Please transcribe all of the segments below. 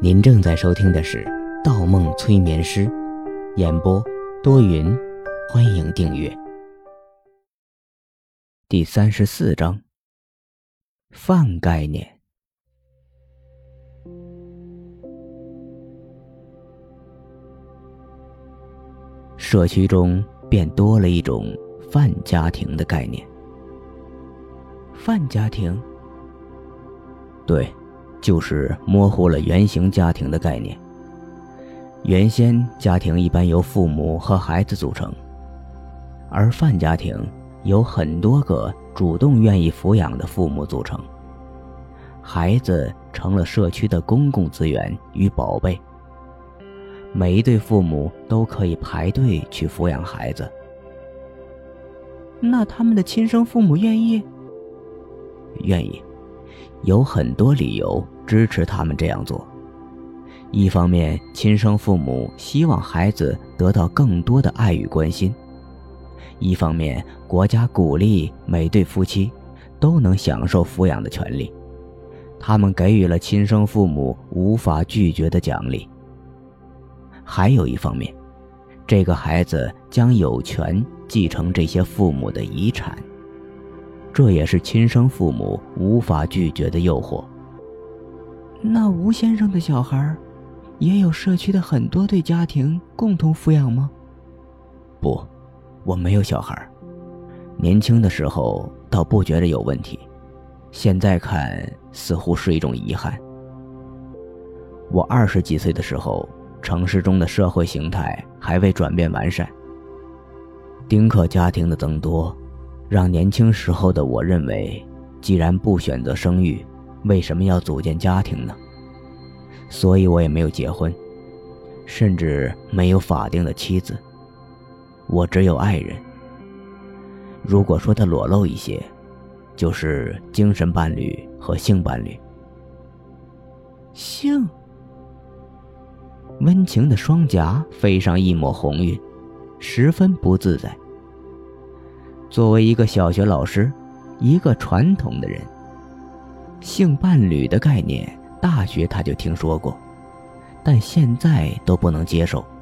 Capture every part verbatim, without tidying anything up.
您正在收听的是《盗梦催眠师》，演播多云，欢迎订阅。第三十四章，泛概念。社区中便多了一种泛家庭的概念。泛家庭？对，就是模糊了原型家庭的概念。原先家庭一般由父母和孩子组成，而泛家庭由很多个主动愿意抚养的父母组成，孩子成了社区的公共资源与宝贝。每一对父母都可以排队去抚养孩子。 那他们的亲生父母愿意？ 愿意，有很多理由支持他们这样做。一方面，亲生父母希望孩子得到更多的爱与关心；一方面，国家鼓励每对夫妻都能享受抚养的权利，他们给予了亲生父母无法拒绝的奖励。还有一方面，这个孩子将有权继承这些父母的遗产，这也是亲生父母无法拒绝的诱惑。 那吴先生的小孩也有社区的很多对家庭共同抚养吗？ 不，我没有小孩，年轻的时候倒不觉得有问题，现在看似乎是一种遗憾。我二十几岁的时候，城市中的社会形态还未转变完善，丁克家庭的增多让年轻时候的我认为，既然不选择生育，为什么要组建家庭呢？所以我也没有结婚，甚至没有法定的妻子，我只有爱人。如果说的裸露一些，就是精神伴侣和性伴侣。 性？ 温情的双颊飞上一抹红晕，十分不自在。作为一个小学老师，一个传统的人，性伴侣的概念大学他就听说过，但现在都不能接受。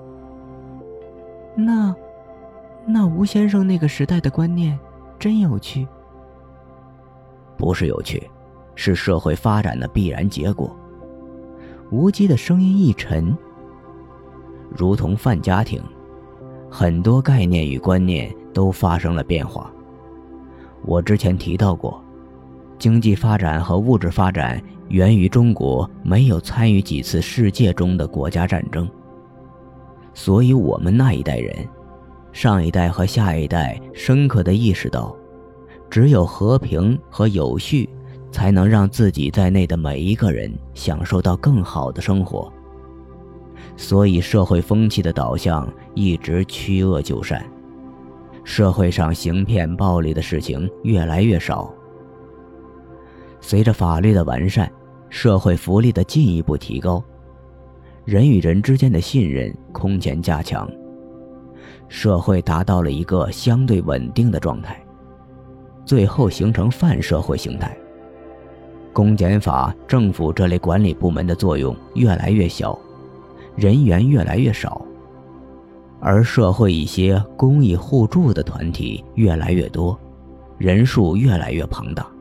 那那吴先生那个时代的观念真有趣。 不是有趣，是社会发展的必然结果。吴基的声音一沉，如同泛家庭，很多概念与观念都发生了变化。我之前提到过，经济发展和物质发展源于中国没有参与几次世界中的国家战争，所以我们那一代人，上一代和下一代深刻地意识到，只有和平和有序才能让自己在内的每一个人享受到更好的生活。所以社会风气的导向一直驱恶就善，社会上行骗暴力的事情越来越少。随着法律的完善，社会福利的进一步提高，人与人之间的信任空前加强，社会达到了一个相对稳定的状态，最后形成泛社会形态。公检法、政府这类管理部门的作用越来越小，人员越来越少，而社会一些公益互助的团体越来越多，人数越来越庞大。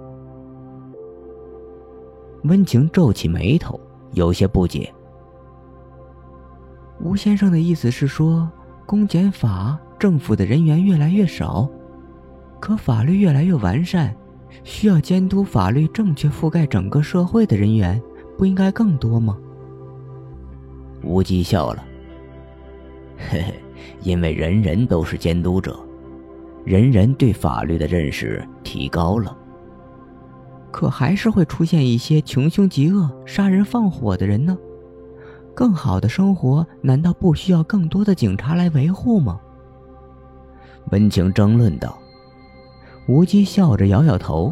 温情皱起眉头，有些不解。 吴先生的意思是说，公检法、政府的人员越来越少，可法律越来越完善，需要监督法律正确覆盖整个社会的人员不应该更多吗？ 吴基笑了，嘿嘿，因为人人都是监督者，人人对法律的认识提高了。 可还是会出现一些穷凶极恶、杀人放火的人呢？更好的生活难道不需要更多的警察来维护吗？ 温情争论道。吴基笑着摇摇头，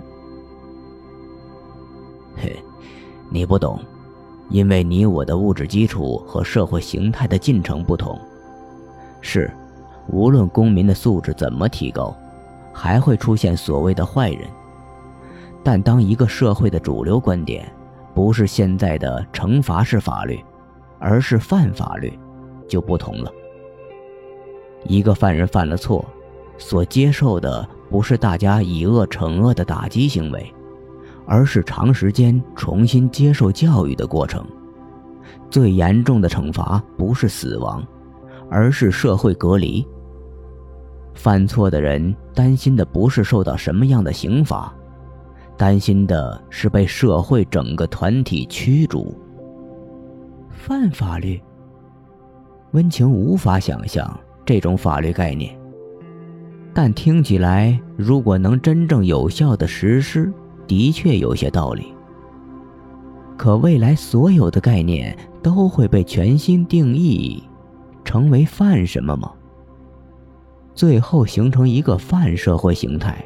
嘿，你不懂，因为你我的物质基础和社会形态的进程不同。是，无论公民的素质怎么提高，还会出现所谓的坏人。但当一个社会的主流观点不是现在的惩罚式法律，而是犯法律，就不同了。一个犯人犯了错，所接受的不是大家以恶惩恶的打击行为，而是长时间重新接受教育的过程。最严重的惩罚不是死亡，而是社会隔离。犯错的人担心的不是受到什么样的刑罚，担心的是被社会整个团体驱逐。 犯法律， 温情无法想象这种法律概念，但听起来如果能真正有效的实施，的确有些道理。可未来所有的概念都会被全新定义，成为泛什么吗？最后形成一个泛社会形态。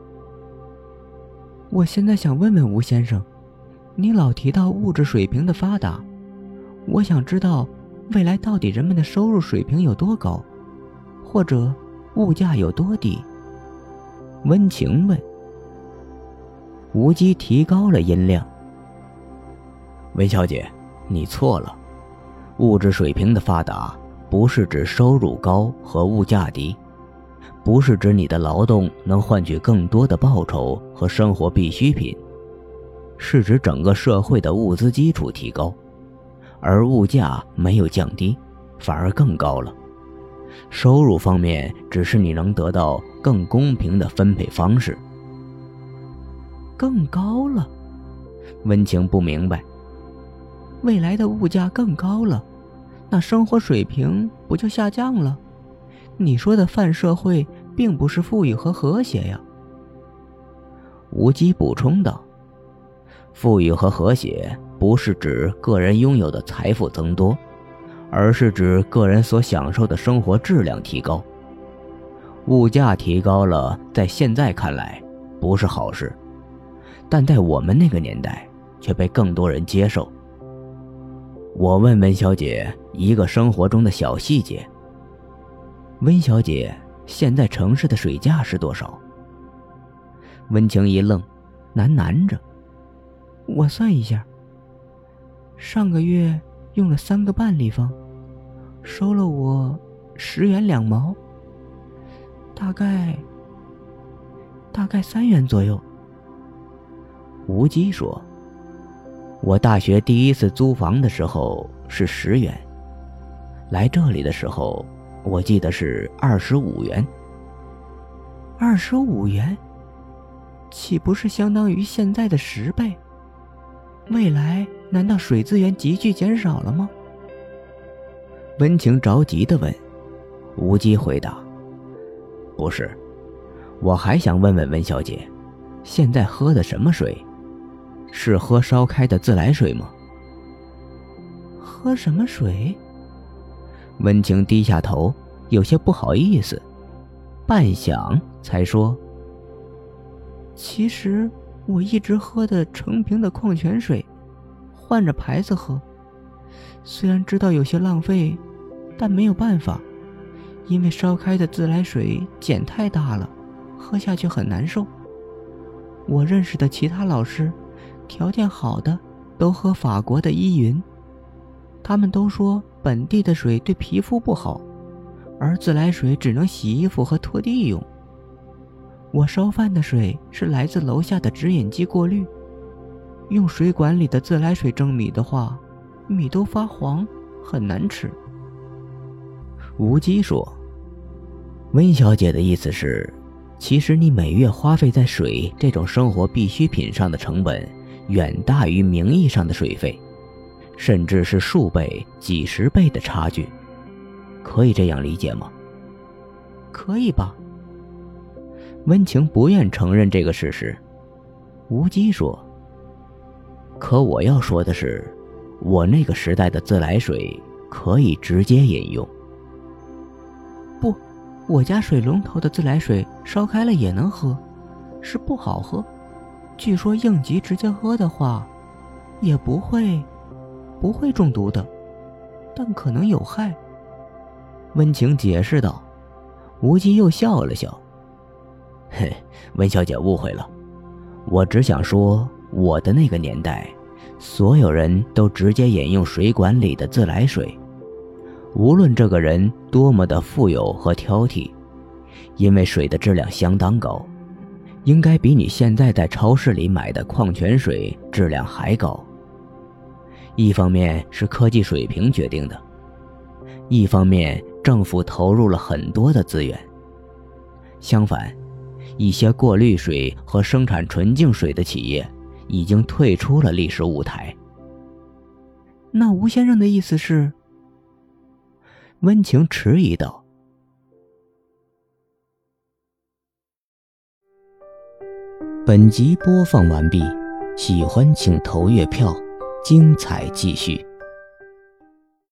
我现在想问问吴先生，你老提到物质水平的发达，我想知道未来到底人们的收入水平有多高，或者物价有多低？ 温情问。吴基提高了音量。温小姐，你错了，物质水平的发达不是指收入高和物价低，不是指你的劳动能换取更多的报酬和生活必需品，是指整个社会的物资基础提高，而物价没有降低，反而更高了。收入方面只是你能得到更公平的分配方式。 更高了？ 温情不明白。 未来的物价更高了，那生活水平不就下降了？你说的泛社会并不是富裕和和谐呀。 吴基补充道，富裕和和谐不是指个人拥有的财富增多，而是指个人所享受的生活质量提高。物价提高了，在现在看来不是好事，但在我们那个年代却被更多人接受。我问温小姐一个生活中的小细节，温小姐，现在城市的水价是多少？温情一愣，喃喃着， 我算一下，上个月用了三个半立方，收了我十元两毛，大概大概三元左右。 吴基说，我大学第一次租房的时候是十元，来这里的时候我记得是二十五元。 二十五元，岂不是相当于现在的十倍？未来难道水资源急剧减少了吗？ 温情着急地问。吴基回答，不是，我还想问问温小姐，现在喝的什么水？是喝烧开的自来水吗？ 喝什么水？ 温情低下头，有些不好意思，半晌才说， 其实我一直喝的成瓶的矿泉水，换着牌子喝，虽然知道有些浪费，但没有办法，因为烧开的自来水碱太大了，喝下去很难受。我认识的其他老师条件好的都喝法国的依云，他们都说本地的水对皮肤不好，而自来水只能洗衣服和拖地用。我烧饭的水是来自楼下的直饮机过滤，用水管里的自来水蒸米的话，米都发黄，很难吃。 吴基说，温小姐的意思是，其实你每月花费在水这种生活必需品上的成本远大于名义上的水费，甚至是数倍、几十倍的差距，可以这样理解吗？ 可以吧。 温情不愿承认这个事实。吴基说，可我要说的是，我那个时代的自来水可以直接饮用。 不，我家水龙头的自来水烧开了也能喝，是不好喝。据说应急直接喝的话，也不会不会中毒的，但可能有害。 温情解释道。吴基又笑了笑，嘿，温小姐误会了，我只想说，我的那个年代， 所有人都直接饮用水管里的自来水，无论这个人多么的富有和挑剔，因为水的质量相当高，应该比你现在在超市里买的矿泉水质量还高。一方面是科技水平决定的，一方面政府投入了很多的资源。相反，一些过滤水和生产纯净水的企业已经退出了历史舞台。 那吴先生的意思是？ 温情迟疑道。本集播放完毕，喜欢请投月票，精彩继续。